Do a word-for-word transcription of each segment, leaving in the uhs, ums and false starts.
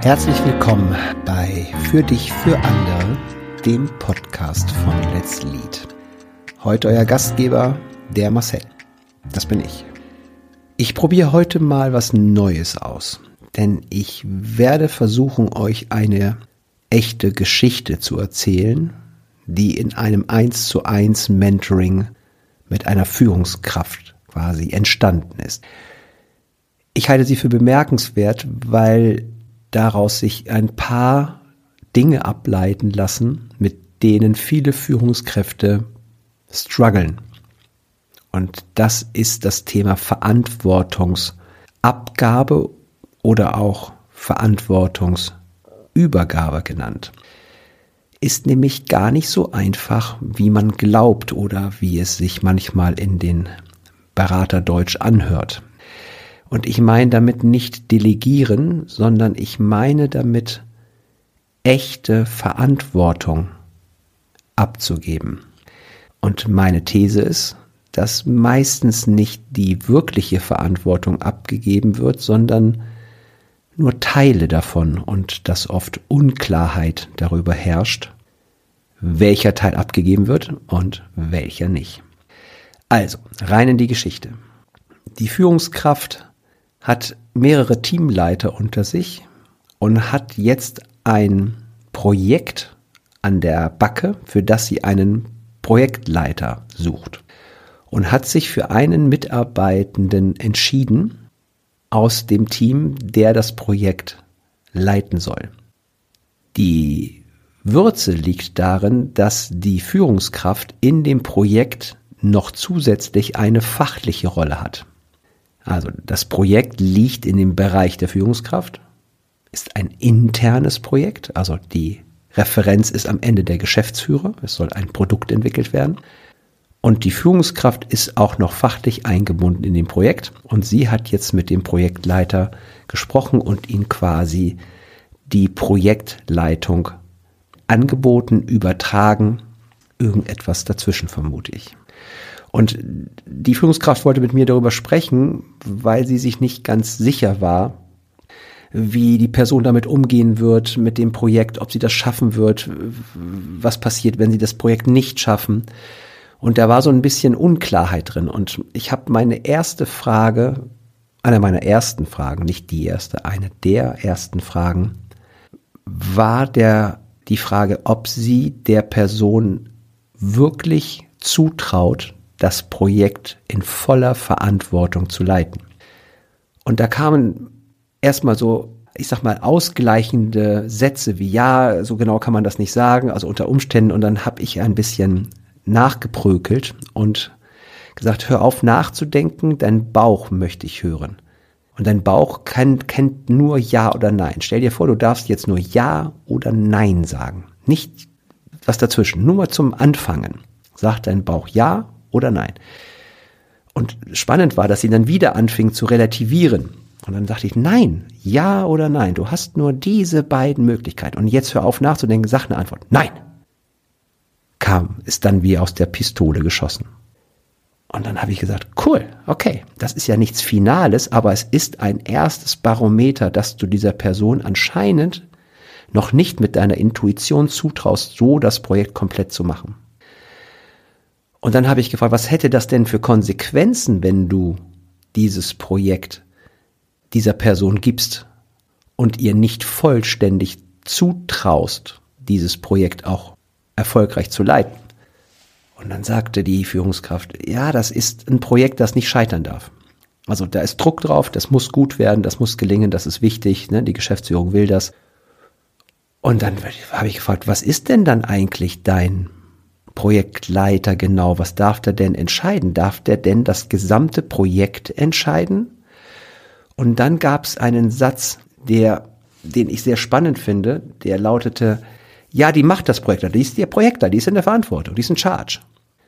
Herzlich willkommen bei Für dich, für andere, dem Podcast von Let's Lead. Heute euer Gastgeber, der Marcel. Das bin ich. Ich probiere heute mal was Neues aus, denn ich werde versuchen, euch eine echte Geschichte zu erzählen, die in einem eins zu eins Mentoring mit einer Führungskraft quasi entstanden ist. Ich halte sie für bemerkenswert, weil daraus sich ein paar Dinge ableiten lassen, mit denen viele Führungskräfte strugglen. Und das ist das Thema Verantwortungsabgabe oder auch Verantwortungsübergabe genannt. Ist nämlich gar nicht so einfach, wie man glaubt oder wie es sich manchmal in den Beraterdeutsch anhört. Und ich meine damit nicht delegieren, sondern ich meine damit echte Verantwortung abzugeben. Und meine These ist, dass meistens nicht die wirkliche Verantwortung abgegeben wird, sondern nur Teile davon und dass oft Unklarheit darüber herrscht, welcher Teil abgegeben wird und welcher nicht. Also, rein in die Geschichte. Die Führungskraft hat mehrere Teamleiter unter sich und hat jetzt ein Projekt an der Backe, für das sie einen Projektleiter sucht. Und hat sich für einen Mitarbeitenden entschieden aus dem Team, der das Projekt leiten soll. Die Würze liegt darin, dass die Führungskraft in dem Projekt noch zusätzlich eine fachliche Rolle hat. Also das Projekt liegt in dem Bereich der Führungskraft, ist ein internes Projekt, also die Referenz ist am Ende der Geschäftsführer, es soll ein Produkt entwickelt werden. Und die Führungskraft ist auch noch fachlich eingebunden in dem Projekt und sie hat jetzt mit dem Projektleiter gesprochen und ihm quasi die Projektleitung angeboten, übertragen, irgendetwas dazwischen vermute ich. Und die Führungskraft wollte mit mir darüber sprechen, weil sie sich nicht ganz sicher war, wie die Person damit umgehen wird mit dem Projekt, ob sie das schaffen wird, was passiert, wenn sie das Projekt nicht schaffen. Und da war so ein bisschen Unklarheit drin. Und ich habe meine erste Frage, eine meiner ersten Fragen, nicht die erste, eine der ersten Fragen, war der die Frage, ob sie der Person wirklich zutraut, das Projekt in voller Verantwortung zu leiten. Und da kamen erstmal so, ich sag mal, ausgleichende Sätze wie, ja, so genau kann man das nicht sagen, also unter Umständen. Und dann habe ich ein bisschen nachgeprökelt und gesagt, hör auf nachzudenken, dein Bauch möchte ich hören. Und dein Bauch kann, kennt nur Ja oder Nein. Stell dir vor, du darfst jetzt nur Ja oder Nein sagen. Nicht was dazwischen, nur mal zum Anfangen. Sagt dein Bauch Ja oder Nein. Und spannend war, dass sie dann wieder anfing zu relativieren. Und dann dachte ich, nein, Ja oder Nein. Du hast nur diese beiden Möglichkeiten. Und jetzt hör auf nachzudenken, sag eine Antwort. Nein. Kam, ist dann wie aus der Pistole geschossen. Und dann habe ich gesagt, cool, okay, das ist ja nichts Finales, aber es ist ein erstes Barometer, dass du dieser Person anscheinend noch nicht mit deiner Intuition zutraust, so das Projekt komplett zu machen. Und dann habe ich gefragt, was hätte das denn für Konsequenzen, wenn du dieses Projekt dieser Person gibst und ihr nicht vollständig zutraust, dieses Projekt auch erfolgreich zu leiten? Und dann sagte die Führungskraft, ja, das ist ein Projekt, das nicht scheitern darf. Also da ist Druck drauf, das muss gut werden, das muss gelingen, das ist wichtig, ne? Die Geschäftsführung will das. Und dann habe ich gefragt, was ist denn dann eigentlich dein Projektleiter genau? Was darf der denn entscheiden? Darf der denn das gesamte Projekt entscheiden? Und dann gab es einen Satz, der, den ich sehr spannend finde, der lautete, ja, die macht das Projekt, die ist der Projektleiter, die ist in der Verantwortung, die ist in Charge.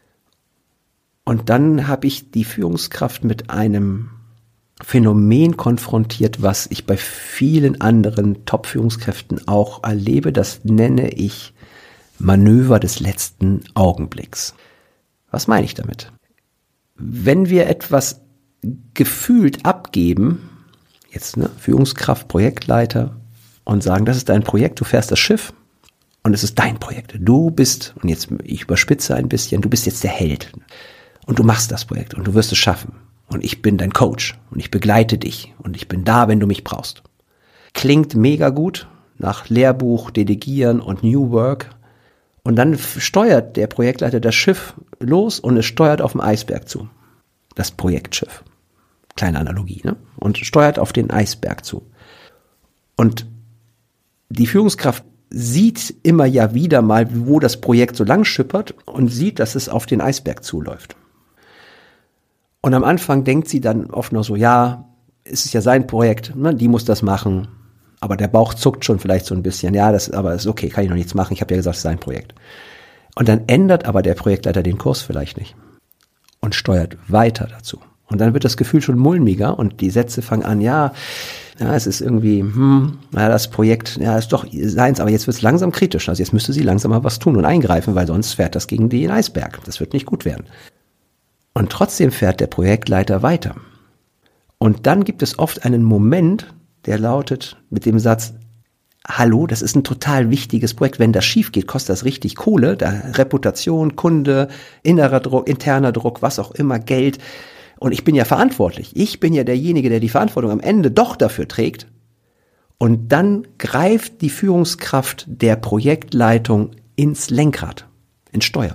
Und dann habe ich die Führungskraft mit einem Phänomen konfrontiert, was ich bei vielen anderen Top-Führungskräften auch erlebe. Das nenne ich Manöver des letzten Augenblicks. Was meine ich damit? Wenn wir etwas gefühlt abgeben, jetzt ne, Führungskraft, Projektleiter, und sagen, das ist dein Projekt, du fährst das Schiff und es ist dein Projekt. Du bist, und jetzt ich überspitze ein bisschen, du bist jetzt der Held und du machst das Projekt und du wirst es schaffen. Und ich bin dein Coach und ich begleite dich und ich bin da, wenn du mich brauchst. Klingt mega gut nach Lehrbuch, Delegieren und New Work. Und dann steuert der Projektleiter das Schiff los und es steuert auf den Eisberg zu. Das Projektschiff. Kleine Analogie, ne? Und steuert auf den Eisberg zu. Und die Führungskraft sieht immer ja wieder mal, wo das Projekt so lang schippert und sieht, dass es auf den Eisberg zuläuft. Und am Anfang denkt sie dann oft noch so, ja, es ist ja sein Projekt, ne, die muss das machen, aber der Bauch zuckt schon vielleicht so ein bisschen, ja, das aber ist okay, kann ich noch nichts machen, ich habe ja gesagt, es ist sein Projekt. Und dann ändert aber der Projektleiter den Kurs vielleicht nicht und steuert weiter dazu. Und dann wird das Gefühl schon mulmiger und die Sätze fangen an, ja, ja, es ist irgendwie, hm, ja, das Projekt, ja, ist doch seins, aber jetzt wird es langsam kritisch, also jetzt müsste sie langsam mal was tun und eingreifen, weil sonst fährt das gegen den Eisberg, das wird nicht gut werden. Und trotzdem fährt der Projektleiter weiter. Und dann gibt es oft einen Moment, der lautet mit dem Satz, hallo, das ist ein total wichtiges Projekt. Wenn das schief geht, kostet das richtig Kohle, da Reputation, Kunde, innerer Druck, interner Druck, was auch immer, Geld. Und ich bin ja verantwortlich. Ich bin ja derjenige, der die Verantwortung am Ende doch dafür trägt. Und dann greift die Führungskraft der Projektleitung ins Lenkrad, ins Steuer.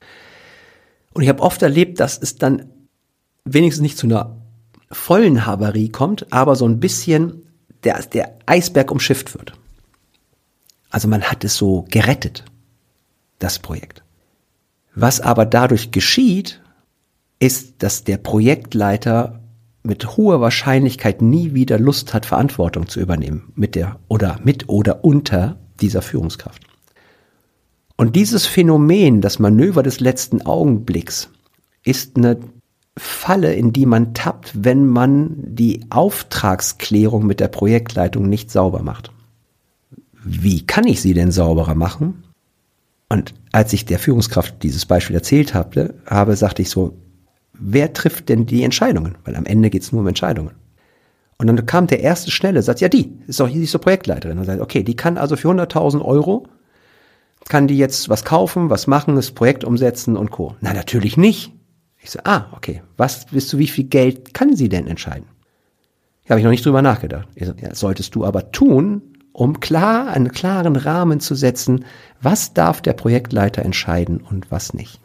Und ich habe oft erlebt, dass es dann wenigstens nicht zu einer vollen Havarie kommt, aber so ein bisschen der, der Eisberg umschifft wird. Also man hat es so gerettet, das Projekt. Was aber dadurch geschieht, ist, dass der Projektleiter mit hoher Wahrscheinlichkeit nie wieder Lust hat, Verantwortung zu übernehmen mit der oder mit oder unter dieser Führungskraft. Und dieses Phänomen, das Manöver des letzten Augenblicks, ist eine Falle, in die man tappt, wenn man die Auftragsklärung mit der Projektleitung nicht sauber macht. Wie kann ich sie denn sauberer machen? Und als ich der Führungskraft dieses Beispiel erzählt habe, habe, sagte ich so, wer trifft denn die Entscheidungen? Weil am Ende geht es nur um Entscheidungen. Und dann kam der erste schnelle Satz, ja die, ist doch, die ist doch Projektleiterin. Und sagt, okay, die kann also für hunderttausend Euro kann die jetzt was kaufen, was machen, das Projekt umsetzen und Co. Na, natürlich nicht. Ich so, ah, okay, was, bis zu wie viel Geld kann sie denn entscheiden? Ja, habe ich noch nicht drüber nachgedacht. Ich so, ja, solltest du aber tun, um klar, einen klaren Rahmen zu setzen, was darf der Projektleiter entscheiden und was nicht.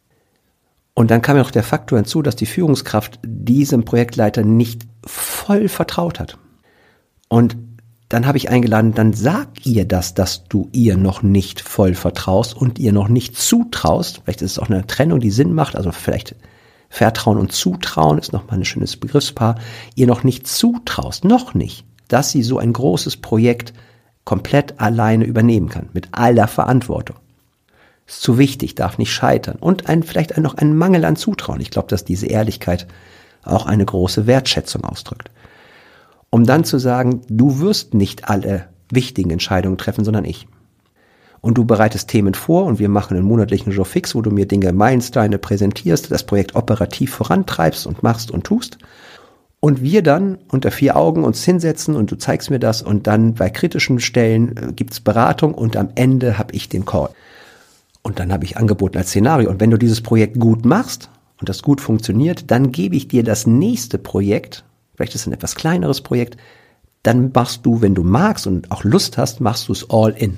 Und dann kam ja noch der Faktor hinzu, dass die Führungskraft diesem Projektleiter nicht voll vertraut hat. Und dann habe ich eingeladen, dann sag ihr das, dass du ihr noch nicht voll vertraust und ihr noch nicht zutraust. Vielleicht ist es auch eine Trennung, die Sinn macht, also vielleicht Vertrauen und Zutrauen ist nochmal ein schönes Begriffspaar. Ihr noch nicht zutraust, noch nicht, dass sie so ein großes Projekt komplett alleine übernehmen kann, mit aller Verantwortung. Ist zu wichtig, darf nicht scheitern. Und ein, vielleicht noch ein Mangel an Zutrauen. Ich glaube, dass diese Ehrlichkeit auch eine große Wertschätzung ausdrückt. Um dann zu sagen, du wirst nicht alle wichtigen Entscheidungen treffen, sondern ich. Und du bereitest Themen vor und wir machen einen monatlichen Jour fix, wo du mir Dinge, Meilensteine präsentierst, das Projekt operativ vorantreibst und machst und tust. Und wir dann unter vier Augen uns hinsetzen und du zeigst mir das und dann bei kritischen Stellen äh, gibt's Beratung und am Ende habe ich den Call. Und dann habe ich angeboten als Szenario. Und wenn du dieses Projekt gut machst und das gut funktioniert, dann gebe ich dir das nächste Projekt, vielleicht ist es ein etwas kleineres Projekt, dann machst du, wenn du magst und auch Lust hast, machst du es all in.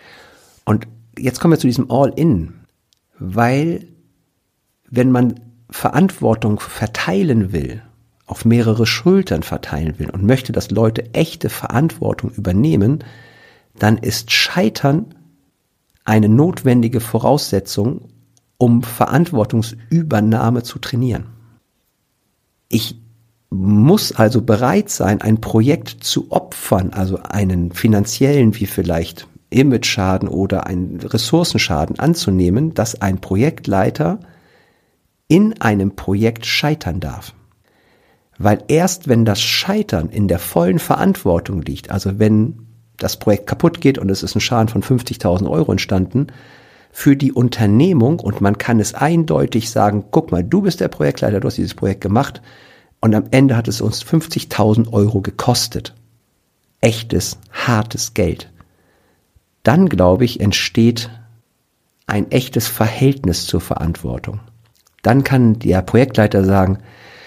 Und jetzt kommen wir zu diesem all in, weil wenn man Verantwortung verteilen will, auf mehrere Schultern verteilen will und möchte, dass Leute echte Verantwortung übernehmen, dann ist Scheitern eine notwendige Voraussetzung, um Verantwortungsübernahme zu trainieren. Ich muss also bereit sein, ein Projekt zu opfern, also einen finanziellen wie vielleicht Image-Schaden oder einen Ressourcenschaden anzunehmen, dass ein Projektleiter in einem Projekt scheitern darf. Weil erst wenn das Scheitern in der vollen Verantwortung liegt, also wenn das Projekt kaputt geht und es ist ein Schaden von fünfzigtausend Euro entstanden, für die Unternehmung und man kann es eindeutig sagen, guck mal, du bist der Projektleiter, du hast dieses Projekt gemacht und am Ende hat es uns fünfzigtausend Euro gekostet. echtes, hartes Geld. Dann, glaube ich, entsteht ein echtes Verhältnis zur Verantwortung. Dann kann der Projektleiter sagen,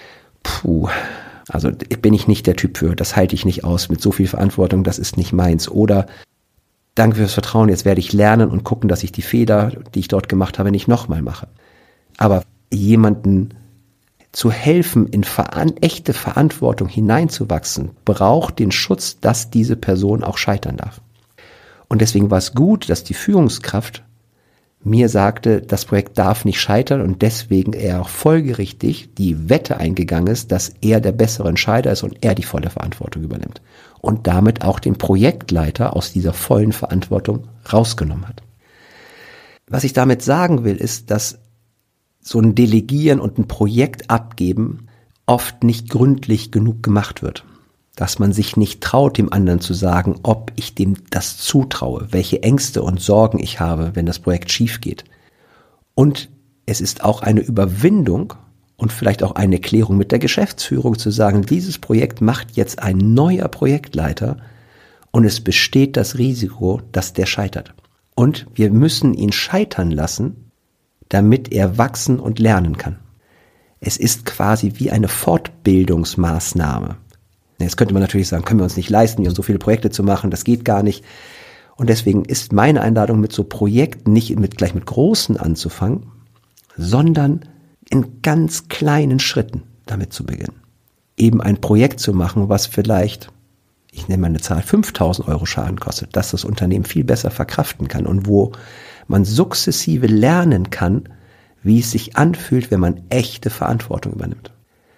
puh, also bin ich nicht der Typ für, das halte ich nicht aus mit so viel Verantwortung, das ist nicht meins. Oder danke fürs Vertrauen, jetzt werde ich lernen und gucken, dass ich die Fehler, die ich dort gemacht habe, nicht nochmal mache. Aber jemanden zu helfen, in veran- echte Verantwortung hineinzuwachsen, braucht den Schutz, dass diese Person auch scheitern darf. Und deswegen war es gut, dass die Führungskraft mir sagte, das Projekt darf nicht scheitern und deswegen er auch folgerichtig die Wette eingegangen ist, dass er der bessere Entscheider ist und er die volle Verantwortung übernimmt. Und damit auch den Projektleiter aus dieser vollen Verantwortung rausgenommen hat. Was ich damit sagen will, ist, dass so ein Delegieren und ein Projekt abgeben oft nicht gründlich genug gemacht wird. Dass man sich nicht traut, dem anderen zu sagen, ob ich dem das zutraue, welche Ängste und Sorgen ich habe, wenn das Projekt schief geht. Und es ist auch eine Überwindung und vielleicht auch eine Klärung mit der Geschäftsführung zu sagen, dieses Projekt macht jetzt ein neuer Projektleiter und es besteht das Risiko, dass der scheitert. Und wir müssen ihn scheitern lassen, damit er wachsen und lernen kann. Es ist quasi wie eine Fortbildungsmaßnahme. Jetzt könnte man natürlich sagen, können wir uns nicht leisten, hier so viele Projekte zu machen, das geht gar nicht. Und deswegen ist meine Einladung, mit so Projekten nicht mit, gleich mit großen anzufangen, sondern in ganz kleinen Schritten damit zu beginnen. Eben ein Projekt zu machen, was vielleicht, ich nenne mal eine Zahl, fünftausend Euro Schaden kostet, dass das Unternehmen viel besser verkraften kann und wo man sukzessive lernen kann, wie es sich anfühlt, wenn man echte Verantwortung übernimmt.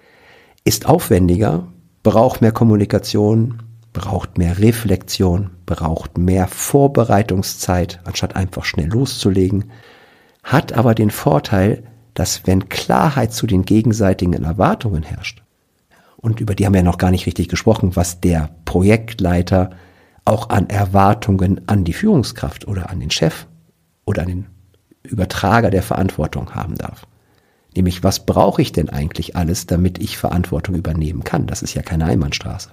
Ist aufwendiger, braucht mehr Kommunikation, braucht mehr Reflexion, braucht mehr Vorbereitungszeit, anstatt einfach schnell loszulegen, hat aber den Vorteil, dass wenn Klarheit zu den gegenseitigen Erwartungen herrscht, und über die haben wir ja noch gar nicht richtig gesprochen, was der Projektleiter auch an Erwartungen an die Führungskraft oder an den Chef oder an den Übertrager der Verantwortung haben darf. Nämlich, was brauche ich denn eigentlich alles, damit ich Verantwortung übernehmen kann? Das ist ja keine Einbahnstraße.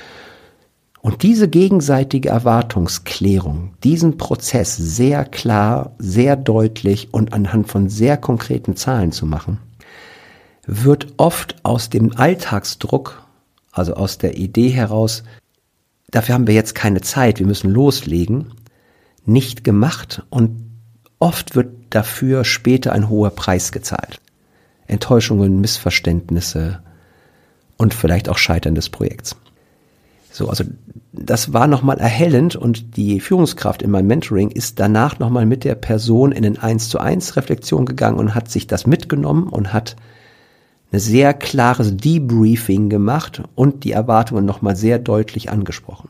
Und diese gegenseitige Erwartungsklärung, diesen Prozess sehr klar, sehr deutlich und anhand von sehr konkreten Zahlen zu machen, wird oft aus dem Alltagsdruck, also aus der Idee heraus, dafür haben wir jetzt keine Zeit, wir müssen loslegen, nicht gemacht und oft wird dafür später ein hoher Preis gezahlt. Enttäuschungen, Missverständnisse und vielleicht auch Scheitern des Projekts. So, also das war nochmal erhellend und die Führungskraft in meinem Mentoring ist danach nochmal mit der Person in eine eins zu eins Reflexion gegangen und hat sich das mitgenommen und hat ein sehr klares Debriefing gemacht und die Erwartungen nochmal sehr deutlich angesprochen.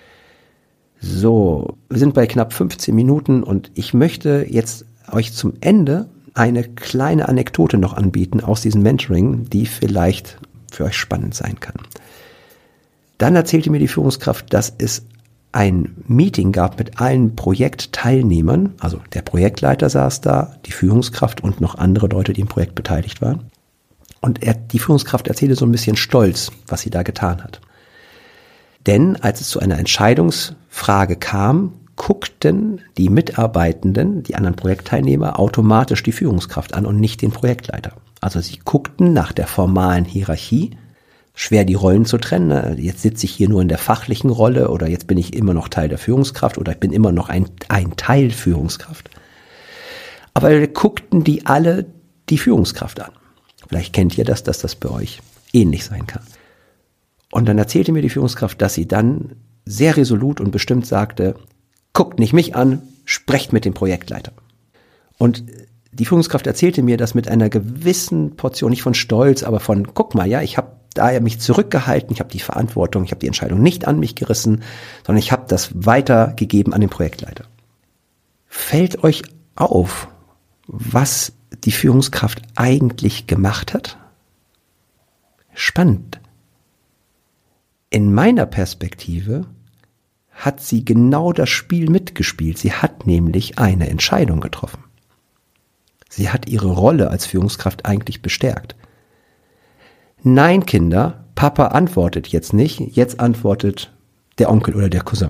So, wir sind bei knapp fünfzehn Minuten und ich möchte jetzt euch zum Ende eine kleine Anekdote noch anbieten aus diesem Mentoring, die vielleicht für euch spannend sein kann. Dann erzählte mir die Führungskraft, dass es ein Meeting gab mit allen Projektteilnehmern, also der Projektleiter saß da, die Führungskraft und noch andere Leute, die im Projekt beteiligt waren. Und er, die Führungskraft erzählte so ein bisschen stolz, was sie da getan hat. Denn als es zu einer Entscheidungsfrage kam, guckten die Mitarbeitenden, die anderen Projektteilnehmer, automatisch die Führungskraft an und nicht den Projektleiter. Also sie guckten nach der formalen Hierarchie, schwer die Rollen zu trennen. Jetzt sitze ich hier nur in der fachlichen Rolle oder jetzt bin ich immer noch Teil der Führungskraft oder ich bin immer noch ein, ein Teil Führungskraft. Aber guckten die alle die Führungskraft an. Vielleicht kennt ihr das, dass das bei euch ähnlich sein kann. Und dann erzählte mir die Führungskraft, dass sie dann sehr resolut und bestimmt sagte, guckt nicht mich an, sprecht mit dem Projektleiter. Und die Führungskraft erzählte mir das mit einer gewissen Portion, nicht von Stolz, aber von, guck mal, ja, ich habe da mich zurückgehalten, ich habe die Verantwortung, ich habe die Entscheidung nicht an mich gerissen, sondern ich habe das weitergegeben an den Projektleiter. Fällt euch auf, was die Führungskraft eigentlich gemacht hat? Spannend. In meiner Perspektive hat sie genau das Spiel mitgespielt. Sie hat nämlich eine Entscheidung getroffen. Sie hat ihre Rolle als Führungskraft eigentlich bestärkt. Nein, Kinder, Papa antwortet jetzt nicht, jetzt antwortet der Onkel oder der Cousin.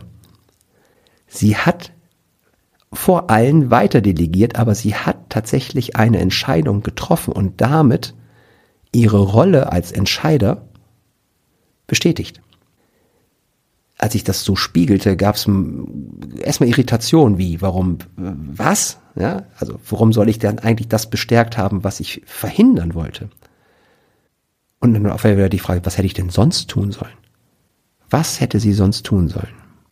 Sie hat vor allen weiter delegiert, aber sie hat tatsächlich eine Entscheidung getroffen und damit ihre Rolle als Entscheider bestätigt. Als ich das so spiegelte, gab es erstmal Irritation, wie, warum, was? Ja, also warum soll ich dann eigentlich das bestärkt haben, was ich verhindern wollte? Und dann auf einmal wieder die Frage, was hätte ich denn sonst tun sollen? Was hätte sie sonst tun sollen?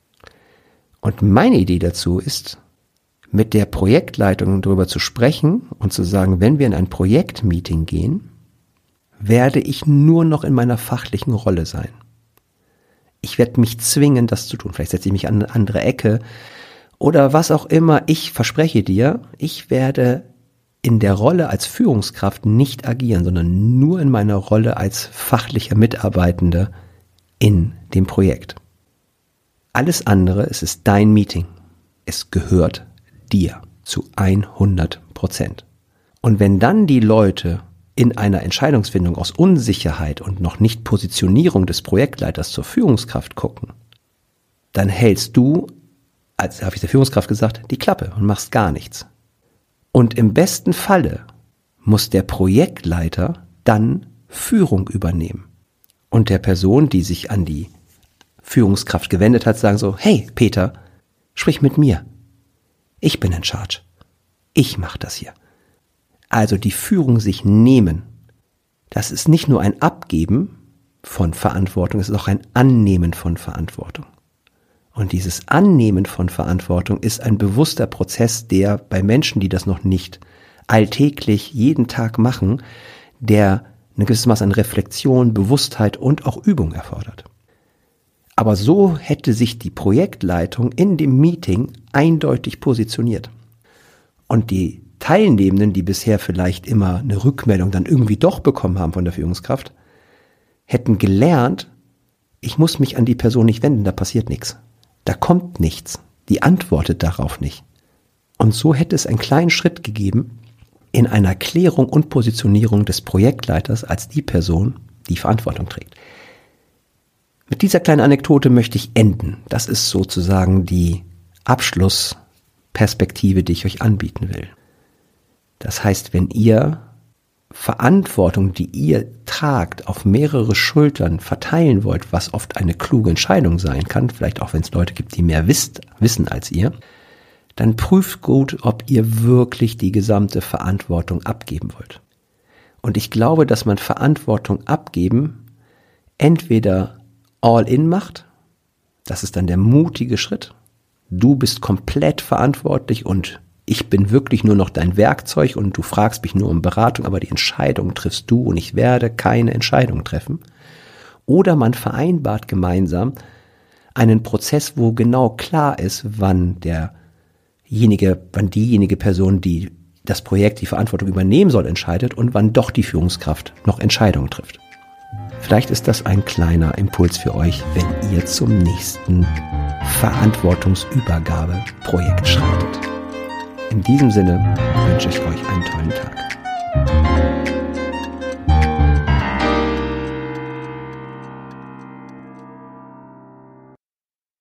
Und meine Idee dazu ist, mit der Projektleitung darüber zu sprechen und zu sagen, wenn wir in ein Projektmeeting gehen, werde ich nur noch in meiner fachlichen Rolle sein. Ich werde mich zwingen, das zu tun. Vielleicht setze ich mich an eine andere Ecke oder was auch immer. Ich verspreche dir, ich werde in der Rolle als Führungskraft nicht agieren, sondern nur in meiner Rolle als fachlicher Mitarbeitender in dem Projekt. Alles andere, es ist dein Meeting. Es gehört dir zu hundert Prozent. Und wenn dann die Leute in einer Entscheidungsfindung aus Unsicherheit und noch nicht Positionierung des Projektleiters zur Führungskraft gucken, dann hältst du, als habe ich der Führungskraft gesagt, die Klappe und machst gar nichts. Und im besten Falle muss der Projektleiter dann Führung übernehmen. Und der Person, die sich an die Führungskraft gewendet hat, sagen so, hey Peter, sprich mit mir. Ich bin in Charge. Ich mache das hier. Also die Führung sich nehmen. Das ist nicht nur ein Abgeben von Verantwortung, es ist auch ein Annehmen von Verantwortung. Und dieses Annehmen von Verantwortung ist ein bewusster Prozess, der bei Menschen, die das noch nicht alltäglich jeden Tag machen, der ein gewisses Maß an Reflexion, Bewusstheit und auch Übung erfordert. Aber so hätte sich die Projektleitung in dem Meeting eindeutig positioniert. Und die Teilnehmenden, die bisher vielleicht immer eine Rückmeldung dann irgendwie doch bekommen haben von der Führungskraft, hätten gelernt, ich muss mich an die Person nicht wenden, da passiert nichts. Da kommt nichts. Die antwortet darauf nicht. Und so hätte es einen kleinen Schritt gegeben in einer Klärung und Positionierung des Projektleiters als die Person, die Verantwortung trägt. Mit dieser kleinen Anekdote möchte ich enden. Das ist sozusagen die Abschlussperspektive, die ich euch anbieten will. Das heißt, wenn ihr Verantwortung, die ihr tragt, auf mehrere Schultern verteilen wollt, was oft eine kluge Entscheidung sein kann, vielleicht auch wenn es Leute gibt, die mehr wisst, wissen als ihr, dann prüft gut, ob ihr wirklich die gesamte Verantwortung abgeben wollt. Und ich glaube, dass man Verantwortung abgeben entweder all in macht, das ist dann der mutige Schritt, du bist komplett verantwortlich und ich bin wirklich nur noch dein Werkzeug und du fragst mich nur um Beratung, aber die Entscheidung triffst du und ich werde keine Entscheidung treffen. Oder man vereinbart gemeinsam einen Prozess, wo genau klar ist, wann derjenige, wann diejenige Person, die das Projekt, die Verantwortung übernehmen soll, entscheidet und wann doch die Führungskraft noch Entscheidungen trifft. Vielleicht ist das ein kleiner Impuls für euch, wenn ihr zum nächsten Verantwortungsübergabeprojekt schreitet. In diesem Sinne wünsche ich euch einen tollen Tag.